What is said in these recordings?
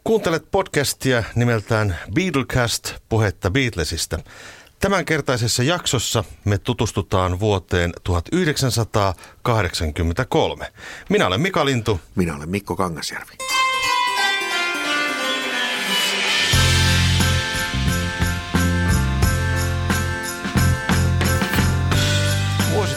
Kuuntelet podcastia nimeltään Beatlecast, puhetta Beatlesista. Tämänkertaisessa jaksossa me tutustutaan vuoteen 1983. Minä olen Mika Lintu. Minä olen Mikko Kangasjärvi. Vuosi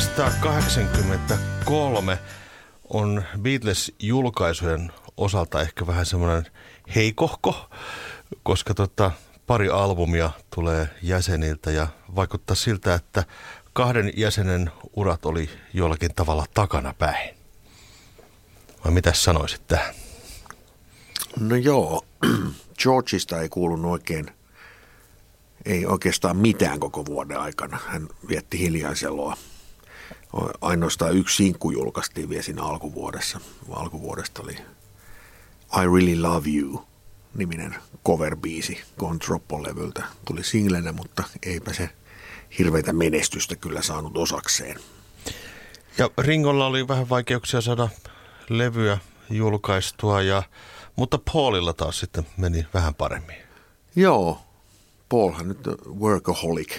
1983 on Beatles-julkaisujen osalta ehkä vähän semmoinen heikohko, koska pari albumia tulee jäseniltä ja vaikuttaa siltä, että kahden jäsenen urat oli jollakin tavalla takanapäin. Vai mitäs sanoisit tähän? No joo, Georgeista ei kuulunut ei oikeastaan mitään koko vuoden aikana. Hän vietti hiljaiseloa. Ainoastaan yksi sinkku julkaistiin vielä siinä alkuvuodessa. Alkuvuodesta oli I Really Love You -niminen cover-biisi Controppo-levyltä. Tuli singlenä, mutta eipä se hirveitä menestystä kyllä saanut osakseen. Ja Ringolla oli vähän vaikeuksia saada levyä julkaistua, mutta Paulilla taas sitten meni vähän paremmin. Joo, Paulhan nyt workaholic.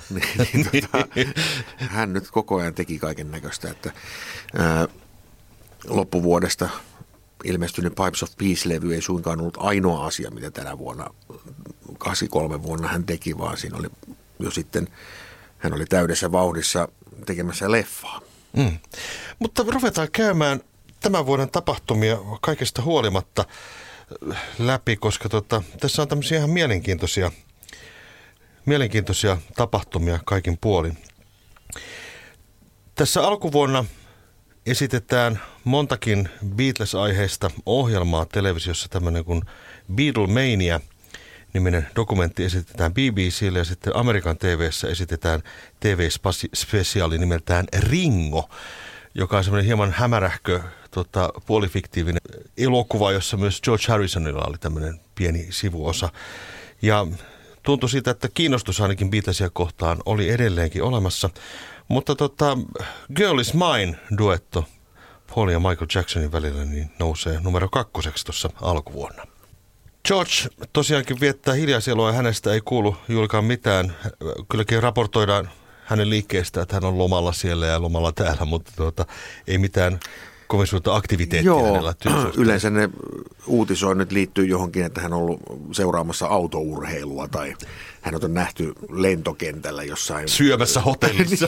Hän nyt koko ajan teki kaiken näköistä, että loppuvuodesta ilmestynyt Pipes of Peace-levy ei suinkaan ollut ainoa asia, mitä tänä vuonna, 83 vuonna hän teki, vaan siinä oli jo sitten, hän oli täydessä vauhdissa tekemässä leffaa. Mutta ruvetaan käymään tämän vuoden tapahtumia kaikesta huolimatta läpi, koska tässä on tämmöisiä ihan mielenkiintoisia tapahtumia kaikin puolin. Tässä alkuvuonna esitetään montakin Beatles-aiheista ohjelmaa televisiossa, tämmöinen kuin Beatlemania-niminen dokumentti esitetään BBC:lle ja sitten Amerikan TV:ssä esitetään TV-spesiaali nimeltään Ringo, joka on semmoinen hieman hämärähkö, puolifiktiivinen elokuva, jossa myös George Harrisonilla oli tämmöinen pieni sivuosa. Ja tuntui siitä, että kiinnostus ainakin Beatlesia kohtaan oli edelleenkin olemassa, mutta Girl is Mine-duetto Paul ja Michael Jacksonin välillä niin nousee numero 2 tuossa alkuvuonna. George tosiaankin viettää hiljaiseloa ja hänestä ei kuulu juurikaan mitään. Kylläkin raportoidaan hänen liikkeestään, että hän on lomalla siellä ja lomalla täällä, mutta ei mitään kovin suurta aktiviteettia hänellä työsuhteessa. Yleensä ne uutisoinnit liittyy johonkin, että hän on ollut seuraamassa autourheilua tai hän on nähty lentokentällä jossain. Syömässä hotellissa.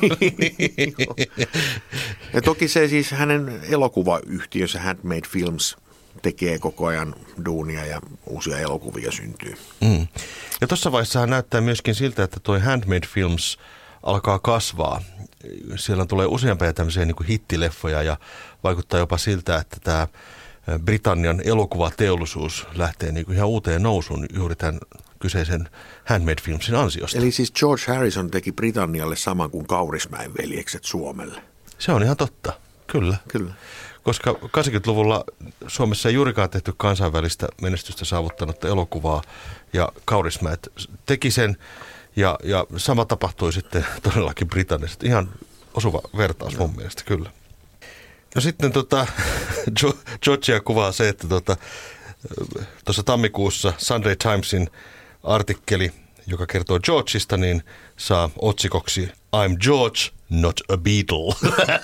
Ja toki se siis hänen elokuvayhtiönsä Handmade Films tekee koko ajan duunia ja uusia elokuvia syntyy. Ja tuossa vaiheessa näyttää myöskin siltä, että toi Handmade Films alkaa kasvaa. Siellä tulee useampia tämmöisiä niin kuin hittileffoja ja vaikuttaa jopa siltä, että tämä Britannian elokuvateollisuus lähtee niin kuin ihan uuteen nousuun juuri tämän kyseisen Handmade Filmsin ansiosta. Eli siis George Harrison teki Britannialle saman kuin Kaurismäen veljekset Suomelle. Se on ihan totta, kyllä. Koska 80-luvulla Suomessa ei juurikaan tehty kansainvälistä menestystä saavuttanutta elokuvaa ja Kaurismäet teki sen. Ja sama tapahtui sitten todellakin Britanniassa. Ihan osuva vertaus mun mielestä, kyllä. No sitten Georgia kuvaa se, että tuossa tammikuussa Sunday Timesin artikkeli, joka kertoo Georgeista, niin saa otsikoksi I'm George, not a Beatle.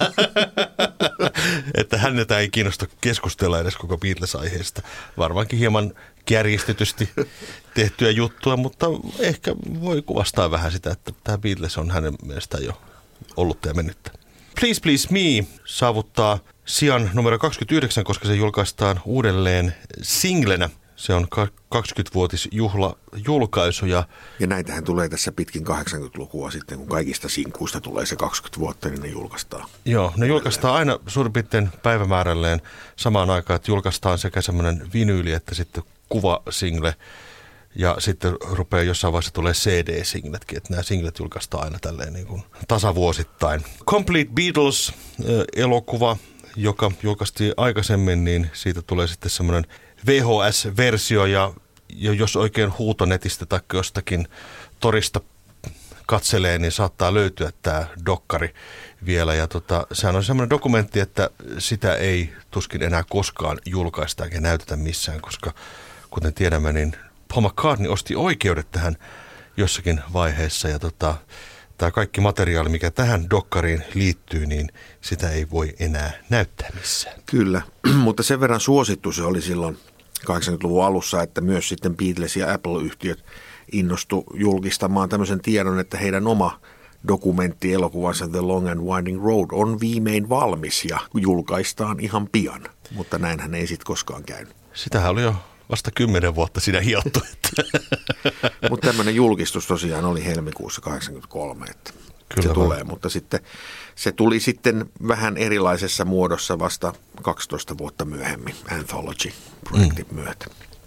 Että häntä ei kiinnosta keskustella edes koko Beatles-aiheesta. Varmaankin hieman kärjistetysti tehtyä juttua, mutta ehkä voi kuvastaa vähän sitä, että tämä Beatles on hänen mielestään jo ollutta ja mennyttä. Please Please Me saavuttaa sijan numero 29, koska se julkaistaan uudelleen singlenä. Se on 20-vuotisjuhla-julkaisu. Ja näitähän tulee tässä pitkin 80-lukua sitten, kun kaikista sinkuista tulee se 20 vuotta, niin ne julkaistaan. Joo, ne julkaistaan aina suurin piirtein päivämäärälleen samaan aikaan, että julkaistaan sekä semmoinen vinyyli että sitten kuvasingle. Ja sitten rupeaa jossain vaiheessa tulee CD-singletkin, että nämä singlet julkaistaan aina tälleen niin kuin tasavuosittain. Complete Beatles-elokuva, joka julkaistiin aikaisemmin, niin siitä tulee sitten semmoinen VHS-versio ja jos oikein huutonetistä tai jostakin torista katselee, niin saattaa löytyä tämä dokkari vielä. Ja sehän on semmoinen dokumentti, että sitä ei tuskin enää koskaan julkaista eikä näytetä missään, kuten tiedämme, niin Paul McCartney osti oikeudet tähän jossakin vaiheessa ja tämä kaikki materiaali, mikä tähän dokkariin liittyy, niin sitä ei voi enää näyttää missään. Kyllä, mutta sen verran suosittu se oli silloin 80-luvun alussa, että myös sitten Beatles ja Apple-yhtiöt innostu julkistamaan tämmöisen tiedon, että heidän oma dokumenttielokuvansa The Long and Winding Road on viimein valmis ja julkaistaan ihan pian, mutta näinhän ei sitten koskaan käynyt. Sitähän oli jo vasta 10 vuotta siinä hiottu. Mutta tämmöinen julkistus tosiaan oli helmikuussa 1983, että kyllä se tulee, mutta sitten se tuli sitten vähän erilaisessa muodossa vasta 12 vuotta myöhemmin Anthology-projektin myötä.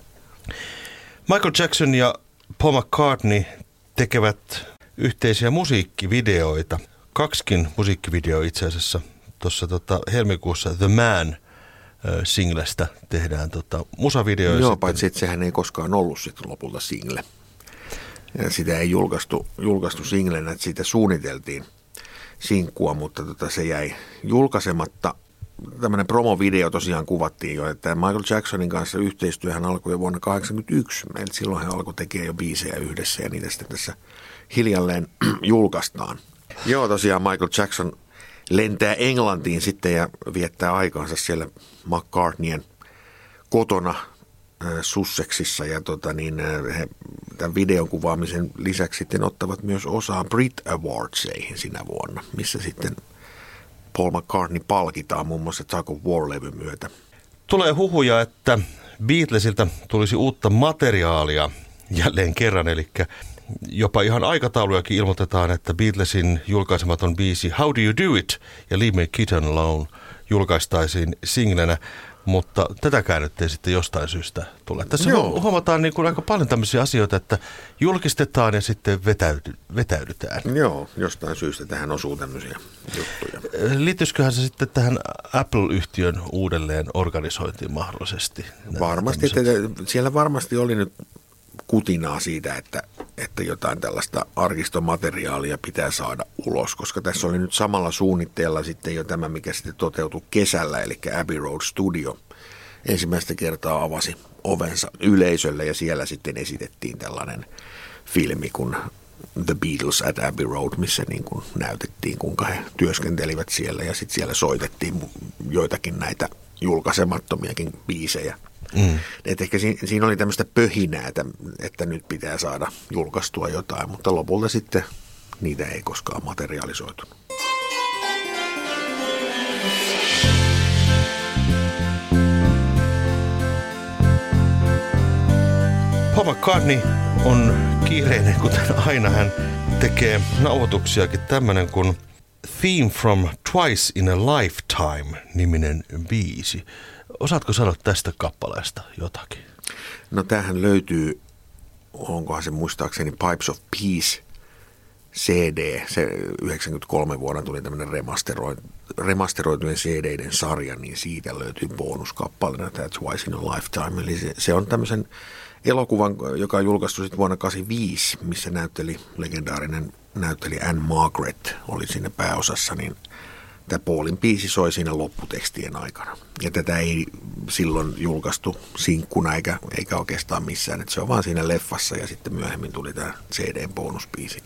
Michael Jackson ja Paul McCartney tekevät yhteisiä musiikkivideoita. 2 musiikkivideoa itse asiassa. Tuossa helmikuussa The Man singlestä tehdään musavideoja. Joo, paitsi että sehän ei koskaan ollut sitten lopulta single. Ja sitä ei julkaistu singlenä, että siitä suunniteltiin sinkkua, mutta se jäi julkaisematta. Tämmöinen promovideo tosiaan kuvattiin jo, että Michael Jacksonin kanssa yhteistyöhän alkoi jo vuonna 1981. Eli silloin hän alkoi tekemään jo biisejä yhdessä ja niitä sitten tässä hiljalleen julkaistaan. Joo, tosiaan Michael Jackson lentää Englantiin sitten ja viettää aikaansa siellä McCartneyen kotona Sussexissa ja he tämän videon kuvaamisen lisäksi sitten ottavat myös osaa Brit Awardseihin sinä vuonna, missä sitten Paul McCartney palkitaan muun muassa Tug of War-levyn myötä. Tulee huhuja, että Beatlesilta tulisi uutta materiaalia jälleen kerran, eli jopa ihan aikataulujakin ilmoitetaan, että Beatlesin julkaisematon biisi How Do You Do It ja Leave Me Kitten Alone julkaistaisiin singlenä, mutta tätäkään nyt ei sitten jostain syystä tule. Tässä huomataan niin kuin aika paljon tämmöisiä asioita, että julkistetaan ja sitten vetäydytään. Joo, jostain syystä tähän osuu tämmöisiä juttuja. Liittyisiköhän se sitten tähän Apple-yhtiön uudelleen organisointiin mahdollisesti? Varmasti, että siellä varmasti oli nyt kutinaa siitä, että jotain tällaista arkistomateriaalia pitää saada ulos, koska tässä oli nyt samalla suunnitteella sitten jo tämä, mikä sitten toteutui kesällä, eli Abbey Road Studio ensimmäistä kertaa avasi ovensa yleisölle ja siellä sitten esitettiin tällainen filmi kuin The Beatles at Abbey Road, missä niin kuin näytettiin, kuinka he työskentelivät siellä ja sitten siellä soitettiin joitakin näitä julkaisemattomiakin biisejä. Et ehkä siinä oli tämmöistä pöhinää, että nyt pitää saada julkaistua jotain, mutta lopulta sitten niitä ei koskaan materialisoitunut. Paul McCartney on kiireinen, kuten aina hän tekee nauhoituksiakin. Tämmöinen kuin Theme from Twice in a Lifetime-niminen biisi. Osaatko sanoa tästä kappaleesta jotakin? No tämähän löytyy, onkohan se muistaakseni Pipes of Peace CD. Se 93 vuonna tuli tämmöinen remasteroitujen CD:den sarja, niin siitä löytyy bonuskappaleena tämä Twice in a Lifetime. Eli se on tämmöisen elokuvan, joka on julkaistu sitten vuonna 1985, missä legendaarinen näytteli Anne Margaret oli siinä pääosassa, niin tämä Paulin biisi soi siinä lopputekstien aikana. Ja tätä ei silloin julkaistu sinkkuna eikä oikeastaan missään. Että se on vaan siinä leffassa ja sitten myöhemmin tuli tämä CD:n bonusbiisinä.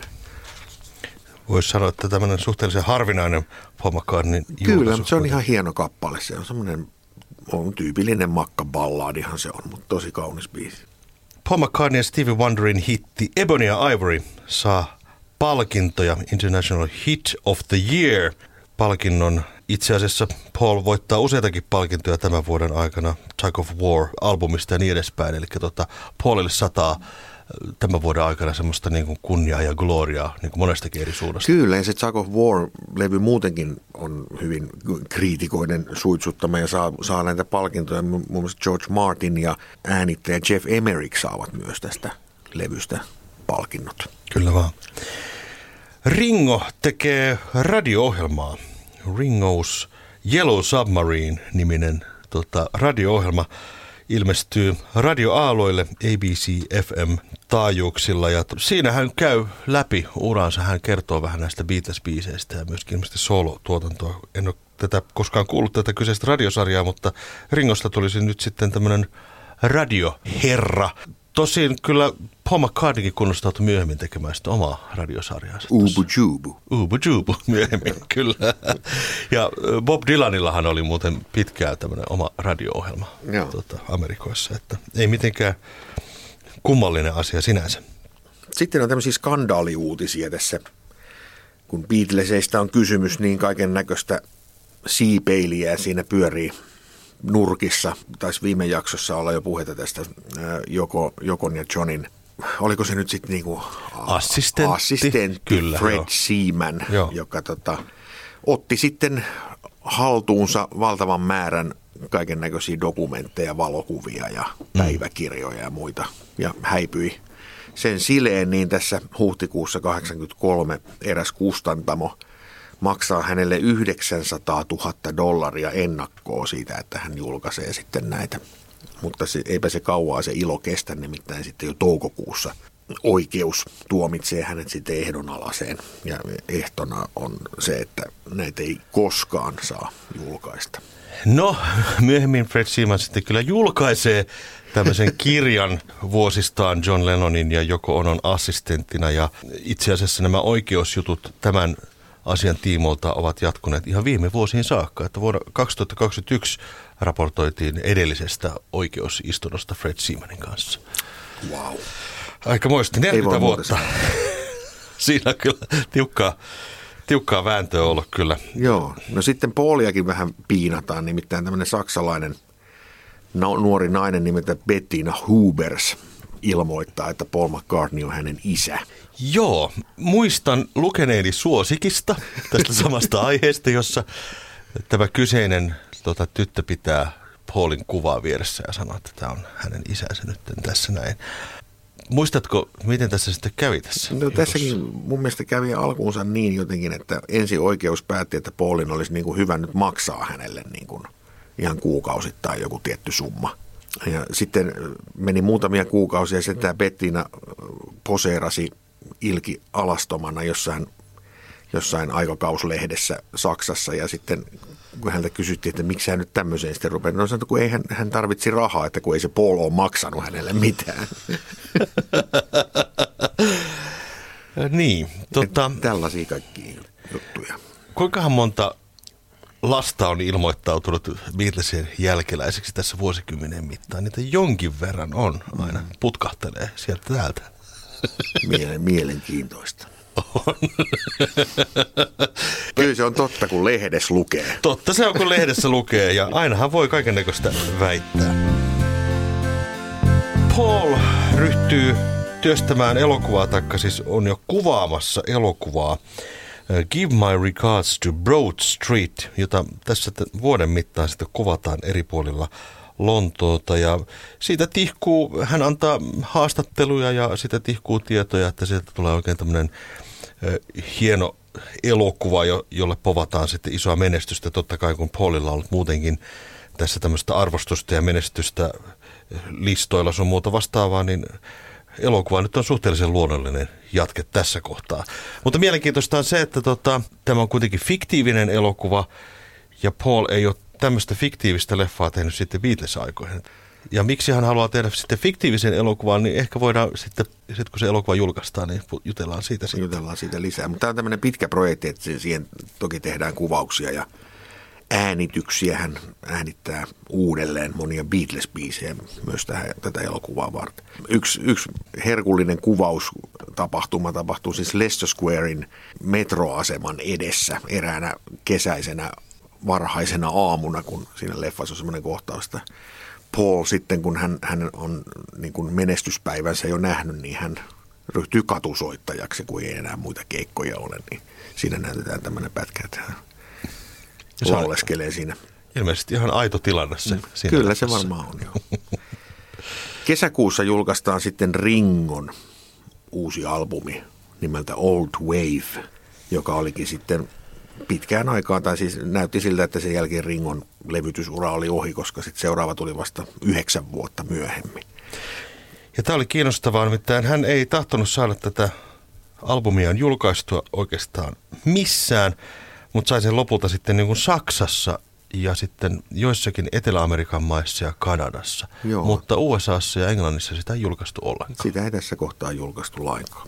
Voisi sanoa, että tämmöinen suhteellisen harvinainen Paul McCartneyn julkaisu. Kyllä, mutta se on ihan hieno kappale. Se on semmoinen tyypillinen makkaballaadihan se on, mutta tosi kaunis biisi. Paul McCartney ja Stevie Wonderin hitti Ebony and Ivory saa palkintoja International Hit of the Year -palkinnon. Itse asiassa Paul voittaa useitakin palkintoja tämän vuoden aikana Tug of War-albumista ja niin edespäin. Eli Paulille sataa tämän vuoden aikana semmoista niin kuin kunniaa ja gloriaa niin kuin monestakin eri suunnasta. Kyllä, ja se Tug of War-levy muutenkin on hyvin kriitikoiden suitsuttama ja saa näitä palkintoja. Muun muassa George Martin ja äänittäjä Jeff Emerick saavat myös tästä levystä palkinnot. Kyllä vaan. Ringo tekee radio-ohjelmaa. Ringo's Yellow Submarine-niminen radio-ohjelma ilmestyy radioaaloille ABC FM-taajuuksilla ja siinä hän käy läpi uransa. Hän kertoo vähän näistä Beatles-biiseistä ja myöskin ilmeisesti solo-tuotantoa. En ole koskaan kuullut tätä kyseistä radiosarjaa, mutta Ringosta tulisi nyt sitten tämmöinen radioherra. Tosin kyllä Paul McCartneykin kunnostautui myöhemmin tekemään sitä omaa radiosarjaansa. Ubu Jubu myöhemmin, kyllä. Ja Bob Dylanillahan oli muuten pitkään tämmöinen oma radio-ohjelma Amerikoissa, että ei mitenkään kummallinen asia sinänsä. Sitten on tämmöisiä skandaaliuutisia tässä, kun Beatlesista on kysymys, niin kaiken näköistä siipeiliä siinä pyörii nurkissa. Taisi viime jaksossa olla jo puhetta tästä Jokon ja Johnin. Oliko se nyt sitten niinku assistentti kyllä, Fred Seaman, joka otti sitten haltuunsa valtavan määrän kaiken näköisiä dokumentteja, valokuvia ja päiväkirjoja ja muita ja häipyi sen sileen, niin tässä huhtikuussa 1983 eräs kustantamo maksaa hänelle $900,000 ennakkoa siitä, että hän julkaisee sitten näitä. Mutta eipä se kauaa se ilo kestä, nimittäin sitten jo toukokuussa oikeus tuomitsee hänet sitten ehdonalaiseen. Ja ehtona on se, että näitä ei koskaan saa julkaista. No, myöhemmin Fred Seaman sitten kyllä julkaisee tämmöisen kirjan vuosistaan John Lennonin ja Yoko Onon assistenttina. Ja itse asiassa nämä oikeusjutut tämän asian tiimoilta ovat jatkuneet ihan viime vuosiin saakka. Että vuonna 2021 raportoitiin edellisestä oikeusistunnosta Fred Seamanin kanssa. Wow. Aika muista, 40 vuotta. Siinä on kyllä tiukkaa vääntöä ollut kyllä. Joo, no sitten Pauliakin vähän piinataan, nimittäin tämmöinen saksalainen nuori nainen nimeltä Bettina Hubers ilmoittaa, että Paul McCartney on hänen isä. Joo, muistan lukeneeni Suosikista tästä samasta aiheesta, jossa tämä kyseinen tyttö pitää Paulin kuvaa vieressä ja sanoo, että tämä on hänen isänsä nyt tässä näin. Muistatko, miten tässä sitten kävi tässä? No tässäkin mun mielestä kävi alkuunsa niin jotenkin, että ensin oikeus päätti, että Paulin olisi niin kuin hyvä nyt maksaa hänelle niin kuin ihan kuukausittain joku tietty summa. Ja sitten meni muutamia kuukausia ja sitten tämä Bettina poseerasi ilki alastomana jossain aikakauslehdessä Saksassa ja sitten kun häntä kysyttiin, että miksi hän nyt tämmöiseen sitten rupesi, no sanoi, että kun ei hän tarvitsi rahaa, että kun ei se Paul ole maksanut hänelle mitään. Niin. Tällaisia kaikkia juttuja. Kuinkahan monta lasta on ilmoittautunut Beatlesien jälkeläiseksi tässä vuosikymmenen mittaan? Niitä jonkin verran on aina, putkahtelee sieltä täältä. Mielenkiintoista. On. Kyllä se on totta, kun lehdessä lukee. Totta se on, kun lehdessä lukee, ja ainahan voi kaikennäköistä väittää. Paul ryhtyy työstämään elokuvaa, taikka siis on jo kuvaamassa elokuvaa Give My Regards to Broad Street, jota tässä vuoden mittaan sitten kuvataan eri puolilla Lontoota, ja siitä tihkuu, hän antaa haastatteluja ja siitä tihkuu tietoja, että sieltä tulee oikein tämmöinen hieno elokuva, jolle povataan sitten isoa menestystä. Totta kai kun Paulilla on ollut muutenkin tässä tämmöistä arvostusta ja menestystä listoilla sun muuta vastaavaa, niin elokuva nyt on suhteellisen luonnollinen jatke tässä kohtaa. Mutta mielenkiintoista on se, että tämä on kuitenkin fiktiivinen elokuva ja Paul ei ole tämmöistä fiktiivistä leffaa tehnyt sitten Beatles-aikoihin. Ja miksi hän haluaa tehdä sitten fiktiivisen elokuvan, niin ehkä voidaan sitten kun se elokuva julkaistaan, niin jutellaan siitä sitten. Jutellaan siitä lisää. Mutta tämä on tämmöinen pitkä projekti, että siihen toki tehdään kuvauksia ja äänityksiä. Hän äänittää uudelleen monia Beatles-biisejä myös tätä elokuvaa varten. Yksi herkullinen kuvaustapahtuma tapahtuu siis Leicester Squarein metroaseman edessä eräänä kesäisenä varhaisena aamuna, kun siinä leffassa on semmoinen kohtaus, että Paul sitten, kun hän on niin kuin menestyspäivänsä jo nähnyt, niin hän ryhtyy katusoittajaksi, kun ei enää muita keikkoja ole, niin siinä näytetään tämmöinen pätkä, että hän lauleskelee siinä. Ilmeisesti ihan aito tilanne se. Kyllä leffassa. Se varmaan on, joo. Kesäkuussa julkaistaan sitten Ringon uusi albumi nimeltä Old Wave, joka olikin sitten pitkään aikaan, tai siis näytti siltä, että sen jälkeen Ringon levytysura oli ohi, koska sitten seuraava tuli vasta 9 vuotta myöhemmin. Ja tämä oli kiinnostavaa, nimittäin hän ei tahtonut saada tätä albumiaan julkaistua oikeastaan missään, mutta sai sen lopulta sitten niin kuin Saksassa ja sitten joissakin Etelä-Amerikan maissa ja Kanadassa. Joo. Mutta USAssa ja Englannissa sitä ei julkaistu ollenkaan. Sitä ei tässä kohtaa julkaistu lainkaan.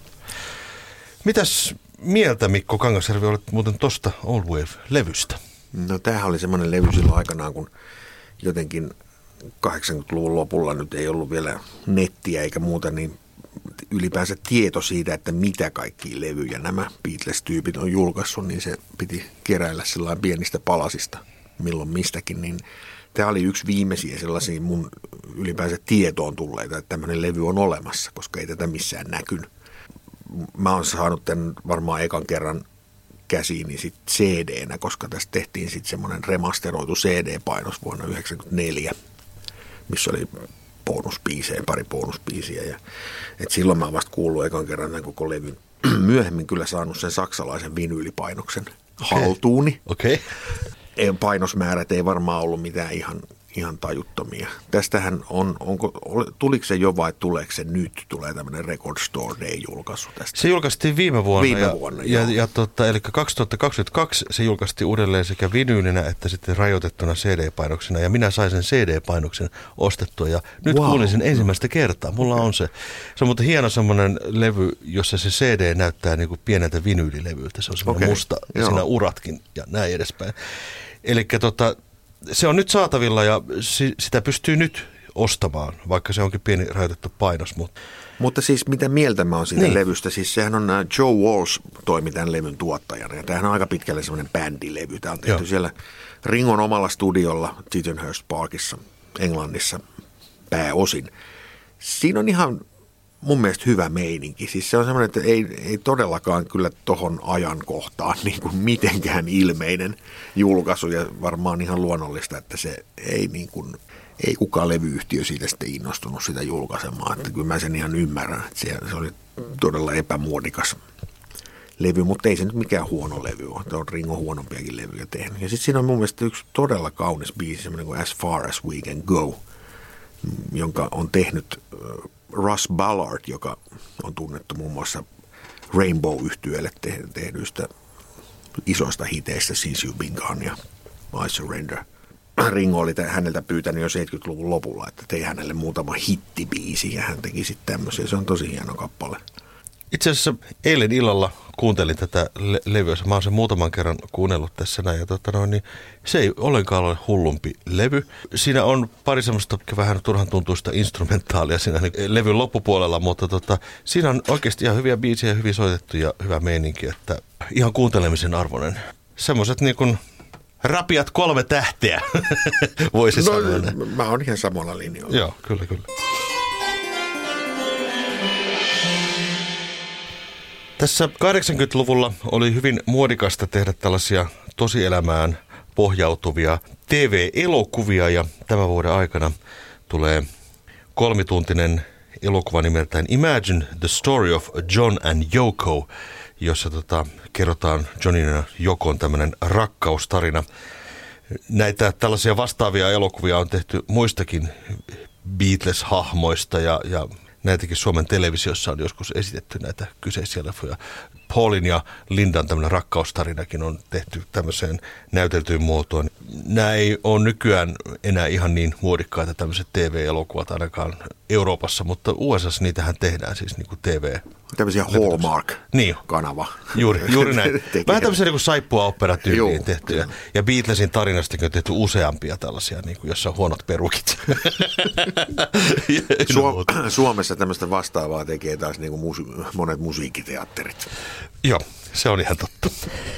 Mitäs mieltä, Mikko Kangasjärvi, olet muuten tosta Old Wave-levystä? No tämähän oli semmoinen levy silloin aikanaan, kun jotenkin 80-luvun lopulla nyt ei ollut vielä nettiä eikä muuta, niin ylipäänsä tieto siitä, että mitä kaikkia levyjä nämä Beatles-tyypit on julkaissut, niin se piti keräillä sellainen pienistä palasista milloin mistäkin, niin tämä oli yksi viimeisiä sellaisia mun ylipäänsä tietoon tulleita, että tämmöinen levy on olemassa, koska ei tätä missään näkynyt. Mä oon saanut tämän varmaan ekan kerran käsiini sit CD-nä, koska tästä tehtiin sitten semmoinen remasteroitu CD-painos vuonna 1994, missä oli pari bonusbiisiä. Ja, et silloin mä oon vasta kuullut ekan kerran tämän koko levyn. Myöhemmin kyllä saanut sen saksalaisen vinyylipainoksen haltuuni. Okay. Painosmäärät ei varmaan ollut mitään ihan tajuttomia. Tästähän tuliko se jo vai tuleeko se nyt? Tulee tämmöinen Record Store Day-julkaisu tästä. Se julkaistiin viime vuonna. Eli 2022 se julkaistiin uudelleen sekä vinyylinä että sitten rajoitettuna CD-painoksena. Ja minä sain sen CD-painoksen ostettua ja nyt kuulin sen ensimmäistä kertaa. Mulla on se. Se on muuten hieno semmoinen levy, jossa se CD näyttää niin kuin pieneltä vinyylilevyltä. Se on semmoinen musta ja siinä uratkin ja näin edespäin. Eli se on nyt saatavilla ja sitä pystyy nyt ostamaan, vaikka se onkin pieni rajoitettu painos. Mutta siis mitä mieltä mä oon siitä levystä? Siis sehän on Joe Walsh toimi tämän levyn tuottajana ja tämähän on aika pitkälle semmoinen bändilevy. Tämä on tehty siellä Ringon omalla studiolla Tittenhurst Parkissa Englannissa pääosin. Siinä on ihan mun mielestä hyvä meininki. Siis se on semmoinen, että ei todellakaan kyllä tohon ajankohtaan niin kuin mitenkään ilmeinen julkaisu ja varmaan ihan luonnollista, että se ei kukaan levyyhtiö siitä sitten innostunut sitä julkaisemaan. Että kyllä mä sen ihan ymmärrän, että se oli todella epämuodikas levy, mutta ei se nyt mikään huono levy ole. Tämä on Ringo huonompiakin levyjä tehnyt. Ja sitten siinä on mun mielestä yksi todella kaunis biisi, semmoinen kuin As Far As We Can Go, jonka on tehnyt Russ Ballard, joka on tunnettu muun muassa Rainbow-yhtyeelle tehdyistä isoista hiteistä, Since You've Been Gone ja I Surrender. Ringo oli häneltä pyytänyt jo 70-luvun lopulla, että tei hänelle muutama hittibiisi ja hän teki sitten tämmöisiä. Se on tosi hieno kappale. Itse asiassa eilen illalla kuuntelin tätä levyä. Mä oon sen muutaman kerran kuunnellut tässä näin. Ja niin se ei ollenkaan ole hullumpi levy. Siinä on pari semmoista vähän turhan tuntuista instrumentaalia siinä levyn loppupuolella, mutta siinä on oikeasti ihan hyviä biisejä, hyvin soitettu ja hyvä meininki. Että ihan kuuntelemisen arvoinen. Semmoiset niin kuin rapiat 3 tähteä, voisi sanoa. Mä oon ihan samalla linjalla. Joo, kyllä. Tässä 80-luvulla oli hyvin muodikasta tehdä tällaisia tosielämään pohjautuvia TV-elokuvia ja tämän vuoden aikana tulee 3-tuntinen elokuva nimeltään Imagine the Story of John and Yoko, jossa kerrotaan Johnin ja Yokon tämmöinen rakkaustarina. Näitä tällaisia vastaavia elokuvia on tehty muistakin Beatles-hahmoista ja näitäkin Suomen televisiossa on joskus esitetty näitä kyseisiä leffoja. Paulin ja Lindan tämmöinen rakkaustarinakin on tehty tämmöiseen näyteltyyn muotoon. Nämä ei ole nykyään enää ihan niin muodikkaita tämmöiset TV-elokuvat ainakaan Euroopassa, mutta USAssa niitähän tehdään siis niin kuin TV. Tämmöisiä Hallmark-kanava. Juuri näin. Vähän tämmöisiä niin kuin saippua-opera-tyyliin tehtyjä. Ja Beatlesin tarinastakin on tehty useampia tällaisia, niin kuin, jossa on huonot perukit. Suomessa tämmöistä vastaavaa tekee taas niin kuin monet musiikkiteatterit. Joo, se on ihan totta.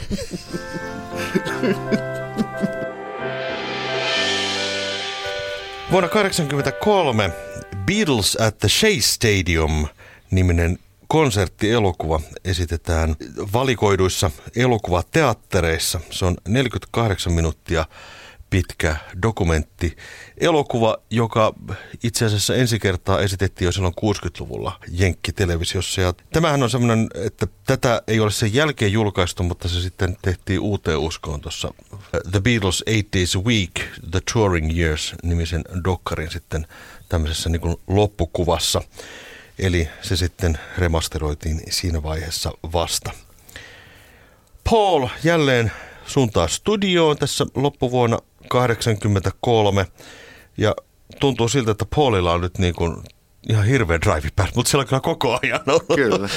Vuonna 1983 Beatles at the Shea Stadium-niminen konserttielokuva esitetään valikoiduissa elokuvateattereissa. Se on 48 minuuttia pitkä dokumentti. Elokuva, joka itse asiassa ensi kertaa esitettiin jo silloin 60-luvulla Jenkkitelevisiossa. Ja tämähän on semmoinen, että tätä ei ole sen jälkeen julkaistu, mutta se sitten tehtiin uuteen uskoon tuossa The Beatles 80's Week, The Touring Years -nimisen dokkarin sitten tämmöisessä niin kuin loppukuvassa. Eli se sitten remasteroitiin siinä vaiheessa vasta. Paul jälleen suuntaa studioon tässä loppuvuonna 1983 ja tuntuu siltä, että Paulilla on nyt niin kuin ihan hirveä drive päässä, mutta siellä on kyllä koko ajan ollut. Kyllä.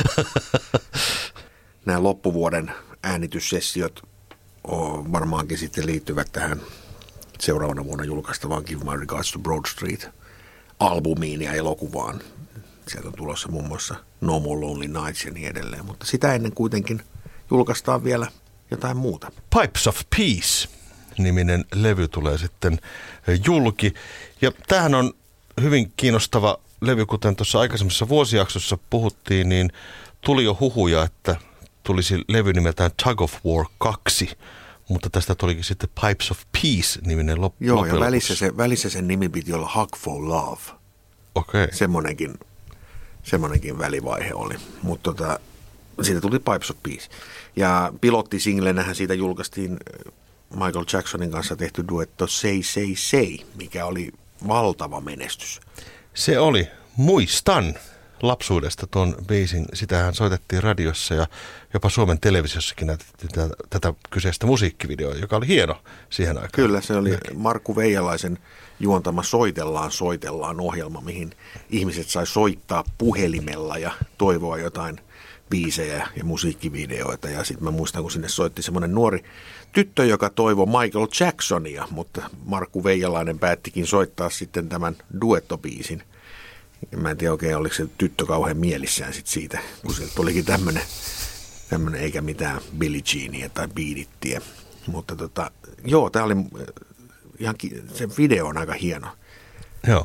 Nämä loppuvuoden äänityssessiot varmaankin sitten liittyvät tähän seuraavana vuonna julkaistavaan Give My Regards to Broad Street-albumiin ja elokuvaan. Sieltä on tulossa muun muassa No More Lonely Nights ja niin edelleen, mutta sitä ennen kuitenkin julkaistaan vielä jotain muuta. Pipes of Peace-niminen levy tulee sitten julki. Ja tämähän on hyvin kiinnostava levy, kuten tuossa aikaisemmassa vuosijaksossa puhuttiin, niin tuli jo huhuja, että tulisi levy nimeltään Tug of War 2, mutta tästä tulikin sitten Pipes of Peace-niminen Joo, ja välissä sen nimi piti olla Hug for Love. Okei. Semmoinenkin välivaihe oli, mutta siitä tuli Pipes of Peace. Ja pilottisinglenähän siitä julkaistiin Michael Jacksonin kanssa tehty duetto Say Say Say, mikä oli valtava menestys. Se oli. Muistan lapsuudesta tuon biisin. Sitähän soitettiin radiossa ja jopa Suomen televisiossakin näytettiin tätä kyseistä musiikkivideoa, joka oli hieno siihen aikaan. Kyllä, se oli Markku Veijalaisen juontama Soitellaan ohjelma, mihin ihmiset sai soittaa puhelimella ja toivoa jotain biisejä ja musiikkivideoita. Ja sitten mä muistan, kun sinne soitti semmoinen nuori tyttö, joka toivoi Michael Jacksonia, mutta Markku Veijalainen päättikin soittaa sitten tämän duettobiisin. Mä en tiedä oikein, oliko se tyttö kauhean mielissään sit siitä, kun sieltä tulikin tämmöinen eikä mitään Billie Jeania tai Beat Ittiä. Mutta joo, tää oli ihan, se video on aika hieno. Joo.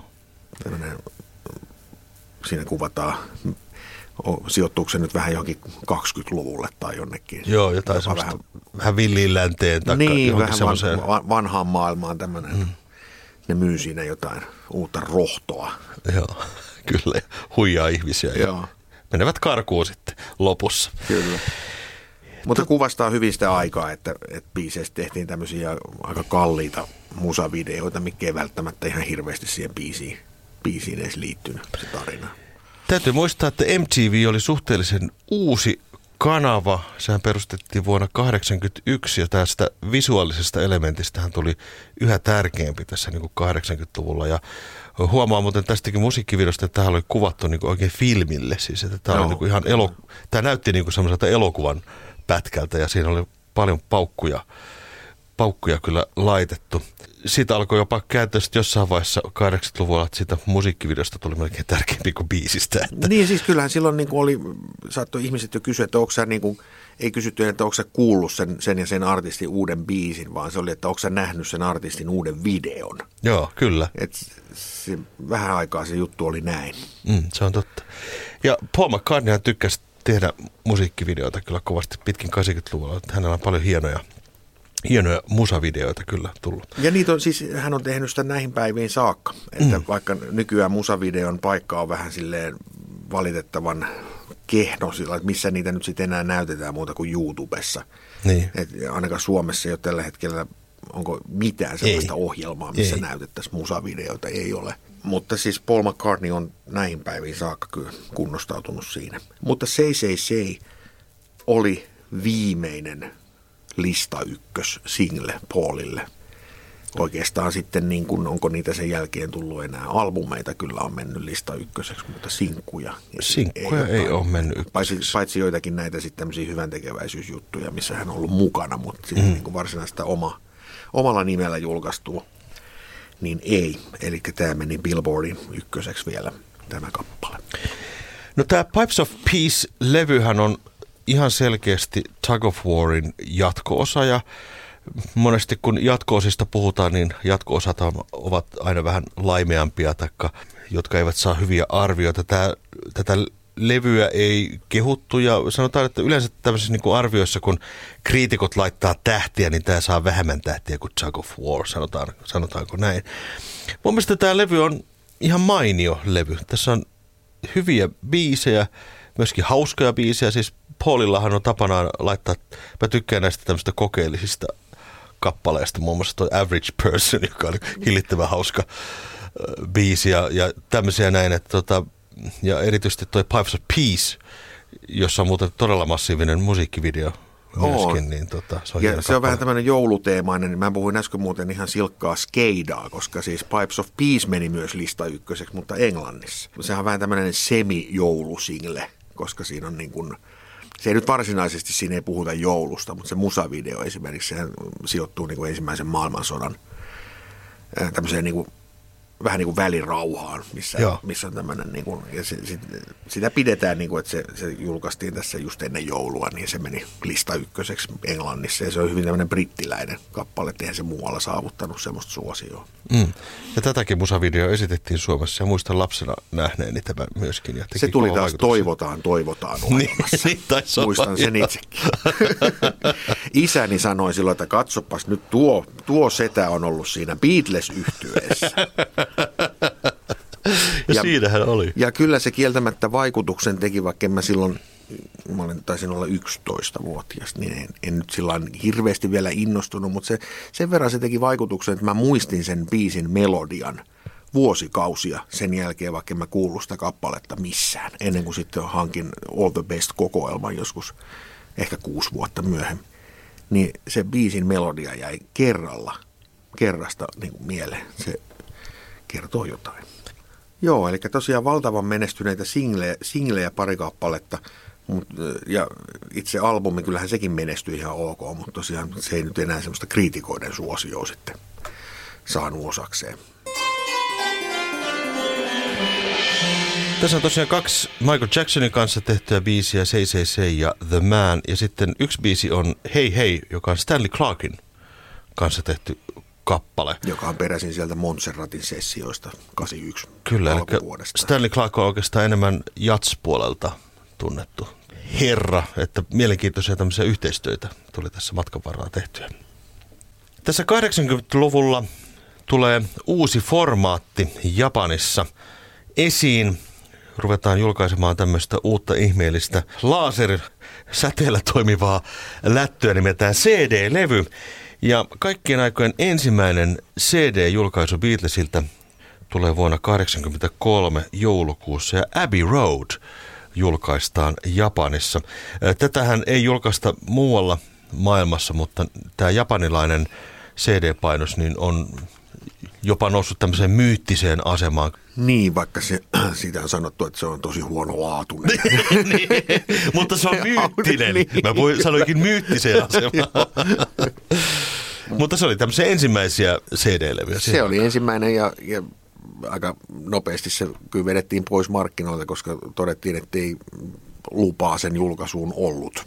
Siinä kuvataan, sijoittuuko se nyt vähän johonkin 20-luvulle tai jonnekin. Joo, jotain semmoista vähän villiin länteen. Niin, vähän vanhaan maailmaan tämmöinen. Ne myy siinä jotain uutta rohtoa. Joo, kyllä. Huijaa ihmisiä ja menevät karkuun sitten lopussa. Kyllä. Mutta kuvastaa hyvin sitä aikaa, että biiseistä tehtiin tämmöisiä aika kalliita musavideoita, mikä ei välttämättä ihan hirveästi siihen biisiin edes liittynyt se tarina. Täytyy muistaa, että MTV oli suhteellisen uusi kanava. Sehän perustettiin vuonna 1981 ja tästä visuaalisesta elementistähän tuli yhä tärkeämpi tässä niin kuin 80-luvulla. Ja huomaa muuten tästäkin musiikkivideosta, että tämä oli kuvattu niin kuin oikein filmille. Siis, että tämä oli niin kuin ihan tämä näytti niin kuin semmoiselta elokuvan pätkältä ja siinä oli paljon paukkuja kyllä laitettu. Siitä alkoi jopa käytöstä jossain vaiheessa 80-luvulla, että siitä musiikkivideosta tuli melkein tärkeämpi kuin biisistä. Että. Niin siis kyllähän silloin niin kuin saattoi ihmiset jo kysyä, että onko sä niin kuin, ei kysytty, että onko sä kuullut sen ja sen artistin uuden biisin, vaan se oli, että onko sä nähnyt sen artistin uuden videon. Joo, kyllä. Se, vähän aikaa se juttu oli näin. Se on totta. Ja Paul McCartneyhan tykkäsi tehdä musiikkivideoita kyllä kovasti pitkin 80-luvulla. Hänellä on paljon hienoja musavideoita kyllä tullut. Ja niitä on siis, hän on tehnyt sitä näihin päiviin saakka. Että vaikka nykyään musavideon paikka on vähän silleen valitettavan kehno sillä, että missä niitä nyt sitten enää näytetään muuta kuin YouTubessa. Niin. Et ainakaan Suomessa ei ole tällä hetkellä, onko mitään sellaista ohjelmaa, missä näytettäisiin musavideoita, ei ole. Mutta siis Paul McCartney on näihin päiviin saakka kyllä kunnostautunut siinä. Mutta Say Say Say oli viimeinen lista ykkös single Paulille. Oikeastaan sitten niin kuin, onko niitä sen jälkeen tullut enää albumeita, kyllä on mennyt lista ykköseksi, mutta sinkkuja ei ole mennyt ykköseksi. Paitsi joitakin näitä sitten tämmöisiä hyväntekeväisyysjuttuja, missä hän on ollut mukana, mutta sitten niin kuin varsinaista omalla nimellä julkaistua, niin ei. Eli tämä meni Billboardin ykköseksi vielä tämä kappale. No tämä Pipes of Peace-levyhän on ihan selkeästi Tug of Warin jatko-osa ja monesti kun jatko-osista puhutaan, niin jatko-osat ovat aina vähän laimeampia, taikka, jotka eivät saa hyviä arvioita. Tätä levyä ei kehuttu ja sanotaan, että yleensä tämmöisissä niin kuin arvioissa, kun kriitikot laittaa tähtiä, niin tämä saa vähemmän tähtiä kuin Tug of War, sanotaanko näin. Mun mielestä tämä levy on ihan mainio levy. Tässä on hyviä biisejä, myöskin hauskoja biisejä, siis Paulillahan on tapanaan laittaa, mä tykkään näistä tämmöistä kokeellisista kappaleista, muun muassa tuo Average Person, joka oli hillittävän hauska biisi ja tämmöisiä näin, että ja erityisesti tuo Pipes of Peace, jossa on muuten todella massiivinen musiikkivideo myöskin. Niin, se on, ja se on vähän tämmöinen jouluteemainen, niin mä puhuin äsken muuten ihan silkkaa skeidaa, koska siis Pipes of Peace meni myös lista ykköseksi, mutta Englannissa. Sehän on vähän tämmöinen semi-joulusingle, koska siinä on niin kuin, se ei nyt varsinaisesti, siinä ei puhuta joulusta, mutta se musavideo esimerkiksi, sehän sijoittuu niin kuin ensimmäisen maailmansodan tämmöiseen niin kuin vähän niin kuin välirauhaan, missä on tämmöinen, niin kuin, ja sitä pidetään, niin kuin, että se julkaistiin tässä just ennen joulua, niin se meni lista ykköseksi Englannissa, ja se on hyvin tämmöinen brittiläinen kappale, että eihän se muualla saavuttanut semmoista suosioa. Ja tätäkin musavideoa esitettiin Suomessa, ja muistan lapsena nähneeni tämän myöskin. Ja se tuli taas toivotaan ohjelmassa. Niin, muistan sen itsekin. Isäni sanoi silloin, että katsopas nyt tuo setä on ollut siinä Beatles-yhtyeessä. Ja siinähän oli. Ja kyllä se kieltämättä vaikutuksen teki, vaikka taisin olla 11-vuotias, niin en nyt sillä hirveästi vielä innostunut, mutta sen verran se teki vaikutuksen, että mä muistin sen biisin melodian vuosikausia sen jälkeen, vaikka en mä kuullut sitä kappaletta missään, ennen kuin sitten hankin All the Best-kokoelman joskus ehkä 6 vuotta myöhemmin. Niin se biisin melodia jäi kerrasta niin kuin mieleen. Se kertoo jotain. Joo, eli tosiaan valtavan menestyneitä singlejä pari kappaletta, ja itse albumi, kyllähän sekin menestyi ihan ok, mutta tosiaan se ei nyt enää semmoista kriitikoiden suosioa sitten saanut osakseen. Tässä on tosiaan 2 Michael Jacksonin kanssa tehtyä biisiä, Say Say Say ja The Man, ja sitten yksi biisi on Hey Hey, joka on Stanley Clarkin kanssa tehty kappale. Joka on peräisin sieltä Montserratin sessioista 81 Kyllä, eli alkuvuodesta. Stanley Clark on oikeastaan enemmän jazz-puolelta tunnettu herra, että mielenkiintoisia tämmöisiä yhteistyötä tuli tässä matkan varrella tehtyä. Tässä 80-luvulla tulee uusi formaatti Japanissa esiin. Ruvetaan julkaisemaan tämmöistä uutta ihmeellistä lasersäteellä toimivaa lättyä nimeltään CD-levy. Ja kaikkien aikojen ensimmäinen CD-julkaisu Beatlesiltä tulee vuonna 1983 joulukuussa, ja Abbey Road julkaistaan Japanissa. Tätähän ei julkaista muualla maailmassa, mutta tämä japanilainen CD-painos niin on jopa noussut tämmöiseen myyttiseen asemaan. Niin, vaikka siitä on sanottu, että se on tosi huonolaatuinen. Niin, mutta se on myyttinen. Mä sanoinkin myyttiseen asemaan. Mutta se oli tämmöisiä ensimmäisiä CD-levyjä. Se oli ensimmäinen ja aika nopeasti se kyllä vedettiin pois markkinoilta, koska todettiin, että ei lupaa sen julkaisuun ollut.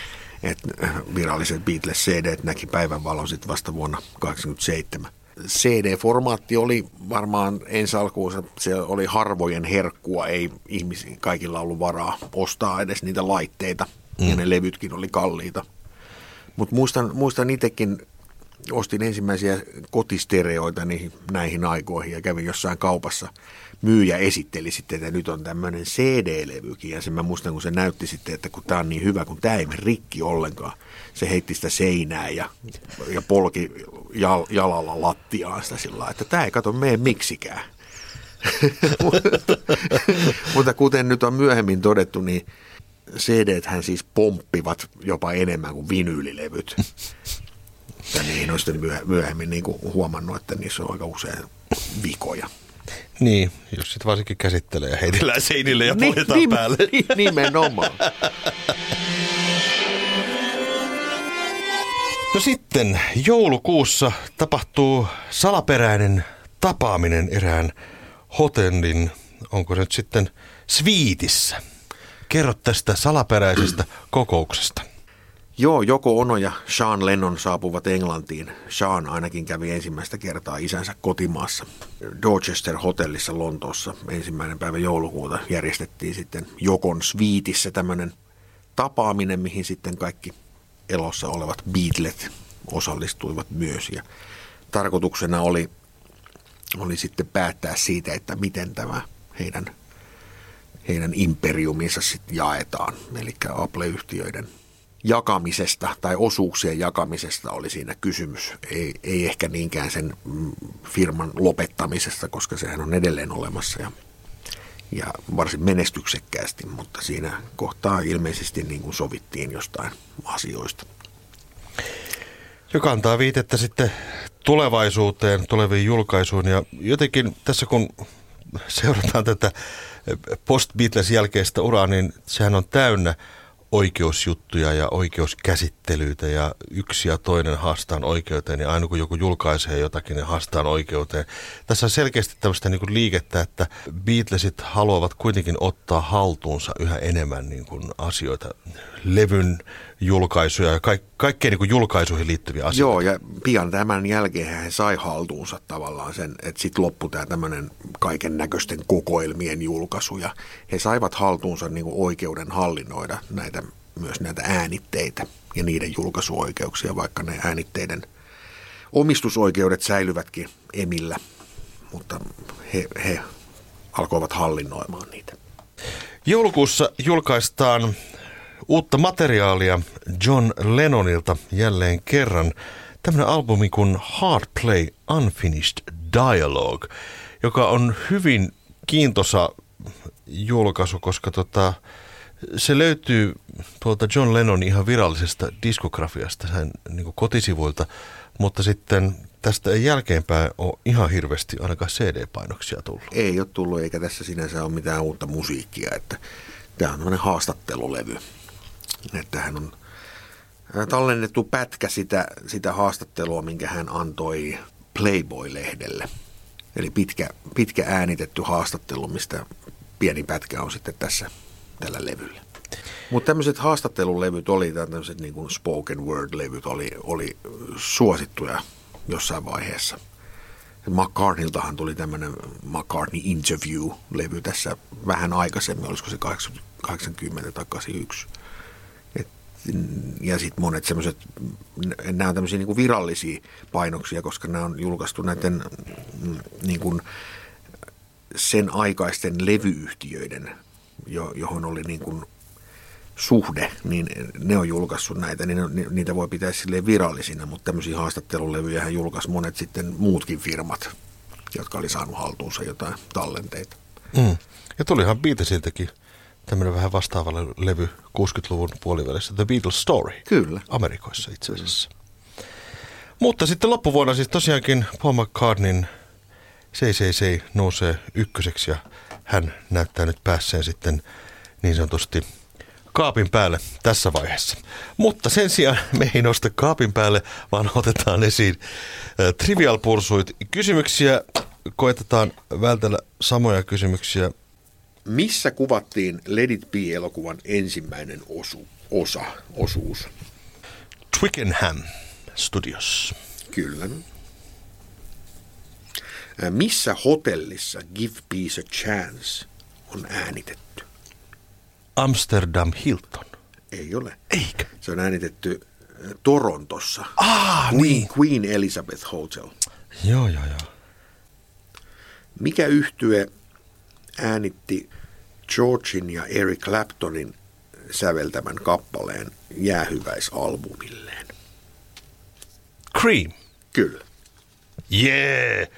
Että viralliset Beatles-CDt näki päivänvalon sitten vasta vuonna 1987. CD-formaatti oli varmaan ensi alkuun, se oli harvojen herkkua, ei kaikilla ollut varaa ostaa edes niitä laitteita, ja ne levytkin oli kalliita. Mutta muistan itsekin, ostin ensimmäisiä kotistereoita näihin aikoihin ja kävin jossain kaupassa. Myyjä esitteli sitten, että nyt on tämmöinen CD-levykin, ja sen mä muistan, kun se näytti sitten, että kun tää on niin hyvä, kun tää ei mene rikki ollenkaan. Se heitti sitä seinää ja polki jalalla lattiaan sitä sillä lailla, että tää ei mene miksikään. Mutta kuten nyt on myöhemmin todettu, niin CD-thän siis pomppivat jopa enemmän kuin vinyylilevyt. Ja niin on sitten myöhemmin niin kuin huomannut, että niissä on aika usein vikoja. Niin, jos sitten varsinkin käsittelee ja heitellään seinille ja poljetaan päälle. Nimenomaan. No sitten joulukuussa tapahtuu salaperäinen tapaaminen erään hotellin, onko se nyt sitten Sviitissä. Kerro tästä salaperäisestä kokouksesta. Joo, Yoko Ono ja Sean Lennon saapuvat Englantiin. Sean ainakin kävi ensimmäistä kertaa isänsä kotimaassa. Dorchester-hotellissa Lontoossa 1. päivä joulukuuta järjestettiin sitten Yokon Sviitissä tämmöinen tapaaminen, mihin sitten kaikki elossa olevat Beatlet osallistuivat myös. Ja tarkoituksena oli sitten päättää siitä, että miten tämä heidän imperiuminsa sitten jaetaan, eli Apple-yhtiöiden jakamisesta tai osuuksien jakamisesta oli siinä kysymys. Ei ehkä niinkään sen firman lopettamisesta, koska sehän on edelleen olemassa ja varsin menestyksekkäästi, mutta siinä kohtaa ilmeisesti niin kuin sovittiin jostain asioista. Joka antaa viitettä sitten tulevaisuuteen, tuleviin julkaisuun. Ja jotenkin tässä kun seurataan tätä post-Beatles jälkeistä uraa, niin sehän on täynnä oikeusjuttuja ja oikeuskäsittelyitä ja yksi ja toinen haastaan oikeuteen ja aina kun joku julkaisee jotakin, niin haastaan oikeuteen. Tässä on selkeästi tämmöistä niin kuin liikettä, että Beatlesit haluavat kuitenkin ottaa haltuunsa yhä enemmän niin kuin asioita, levyn julkaisuja ja kaikkea niin kuin julkaisuihin liittyviä asioita. Joo, ja pian tämän jälkeen he sai haltuunsa tavallaan sen, että sitten loppui tämä tämmöinen kaiken näköisten kokoelmien julkaisu ja he saivat haltuunsa niin kuin oikeuden hallinnoida myös näitä äänitteitä ja niiden julkaisuoikeuksia, vaikka ne äänitteiden omistusoikeudet säilyvätkin Emillä, mutta he alkoivat hallinnoimaan niitä. Joulukuussa julkaistaan uutta materiaalia John Lennonilta jälleen kerran. Tämmöinen albumi kuin Hard Play Unfinished Dialogue, joka on hyvin kiintoisa julkaisu, koska se löytyy tuolta John Lennonin ihan virallisesta diskografiasta, sen niin kuin kotisivuilta, mutta sitten tästä ei jälkeenpäin ole ihan hirveästi ainakaan CD-painoksia tullut. Ei ole tullut, eikä tässä sinänsä ole mitään uutta musiikkia, että tämä on tämmöinen haastattelulevy. Että hän on tallennettu pätkä sitä haastattelua, minkä hän antoi Playboy-lehdelle. Eli pitkä äänitetty haastattelu, mistä pieni pätkä on sitten tällä levyllä. Mutta tämmöiset haastattelulevyt oli, tämmöiset niin kuin spoken word-levyt oli suosittuja jossain vaiheessa. McCartneyltahan tuli tämmöinen McCartney Interview-levy tässä vähän aikaisemmin, olisiko se 80 tai 81. Ja sitten monet semmoiset, nämä on tämmöisiä niin kuin virallisia painoksia, koska nämä on julkaistu näiden niin kuin sen aikaisten levyyhtiöiden, johon oli niin kuin suhde, niin ne on julkaissut näitä, niin niitä voi pitää silleen virallisina, mutta tämmöisiä haastattelulevyjähän julkaisi monet sitten muutkin firmat, jotka oli saanut haltuunsa jotain tallenteita. Ja tulihan Beatlesiltäkin tämmöinen vähän vastaava levy 60-luvun puolivälissä, The Beatles Story. Kyllä. Amerikoissa itse asiassa. Mutta sitten loppuvuonna siis tosiaankin Paul McCartneyn Say nousee ykköseksi ja hän näyttää nyt päässeen sitten niin sanotusti kaapin päälle tässä vaiheessa. Mutta sen sijaan me ei nosta kaapin päälle, vaan otetaan esiin Trivial Pursuit. Kysymyksiä koetetaan vältellä samoja kysymyksiä. Missä kuvattiin Let It Be-elokuvan ensimmäinen osuus? Twickenham Studios. Kyllä. Missä hotellissa Give Peace a Chance on äänitetty? Amsterdam Hilton. Ei ole. Eikä. Se on äänitetty Torontossa. Niin. Queen Elizabeth Hotel. Joo. Mikä yhtye äänitti Georgein ja Eric Claptonin säveltämän kappaleen jäähyväisalbumilleen? Cream. Kyllä. Yeah!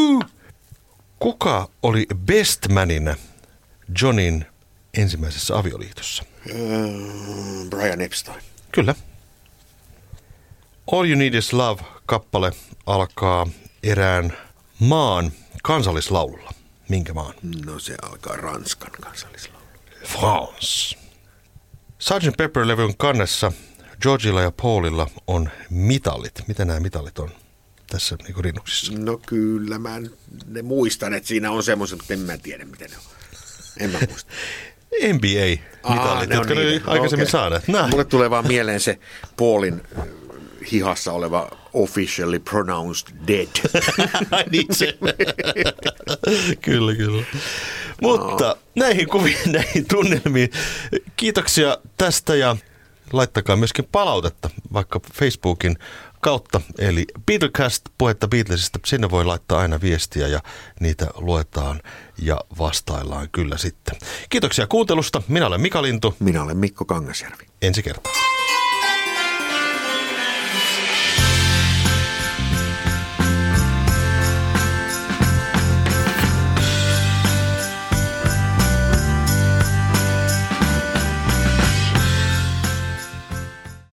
Kuka oli bestmanina Johnin ensimmäisessä avioliitossa? Brian Epstein. Kyllä. All You Need Is Love-kappale alkaa erään maan kansallislaululla. Minkä maan? No se alkaa Ranskan kansallislaululla. France. Sgt. Pepper-levyn kannessa Georgilla ja Paulilla on mitallit. Mitä nämä mitallit on tässä niin kuin rinnuksissa? No kyllä, mä ne muistan, että siinä on semmoiset, mutta en mä tiedä, miten ne on. En mä muista. NBA-mitallit, jotka ne aikaisemmin saaneet. Mulle tulee vaan mieleen se Paulin hihassa oleva officially pronounced dead. Niin se. Kyllä. Mutta näihin kuviin, näihin tunnelmiin. Kiitoksia tästä ja laittakaa myöskin palautetta vaikka Facebookin kautta. Eli Beatlecast, puhetta Beatlesista, sinne voi laittaa aina viestiä ja niitä luetaan ja vastaillaan kyllä sitten. Kiitoksia kuuntelusta. Minä olen Mika Lintu. Minä olen Mikko Kangasjärvi. Ensi kertaa.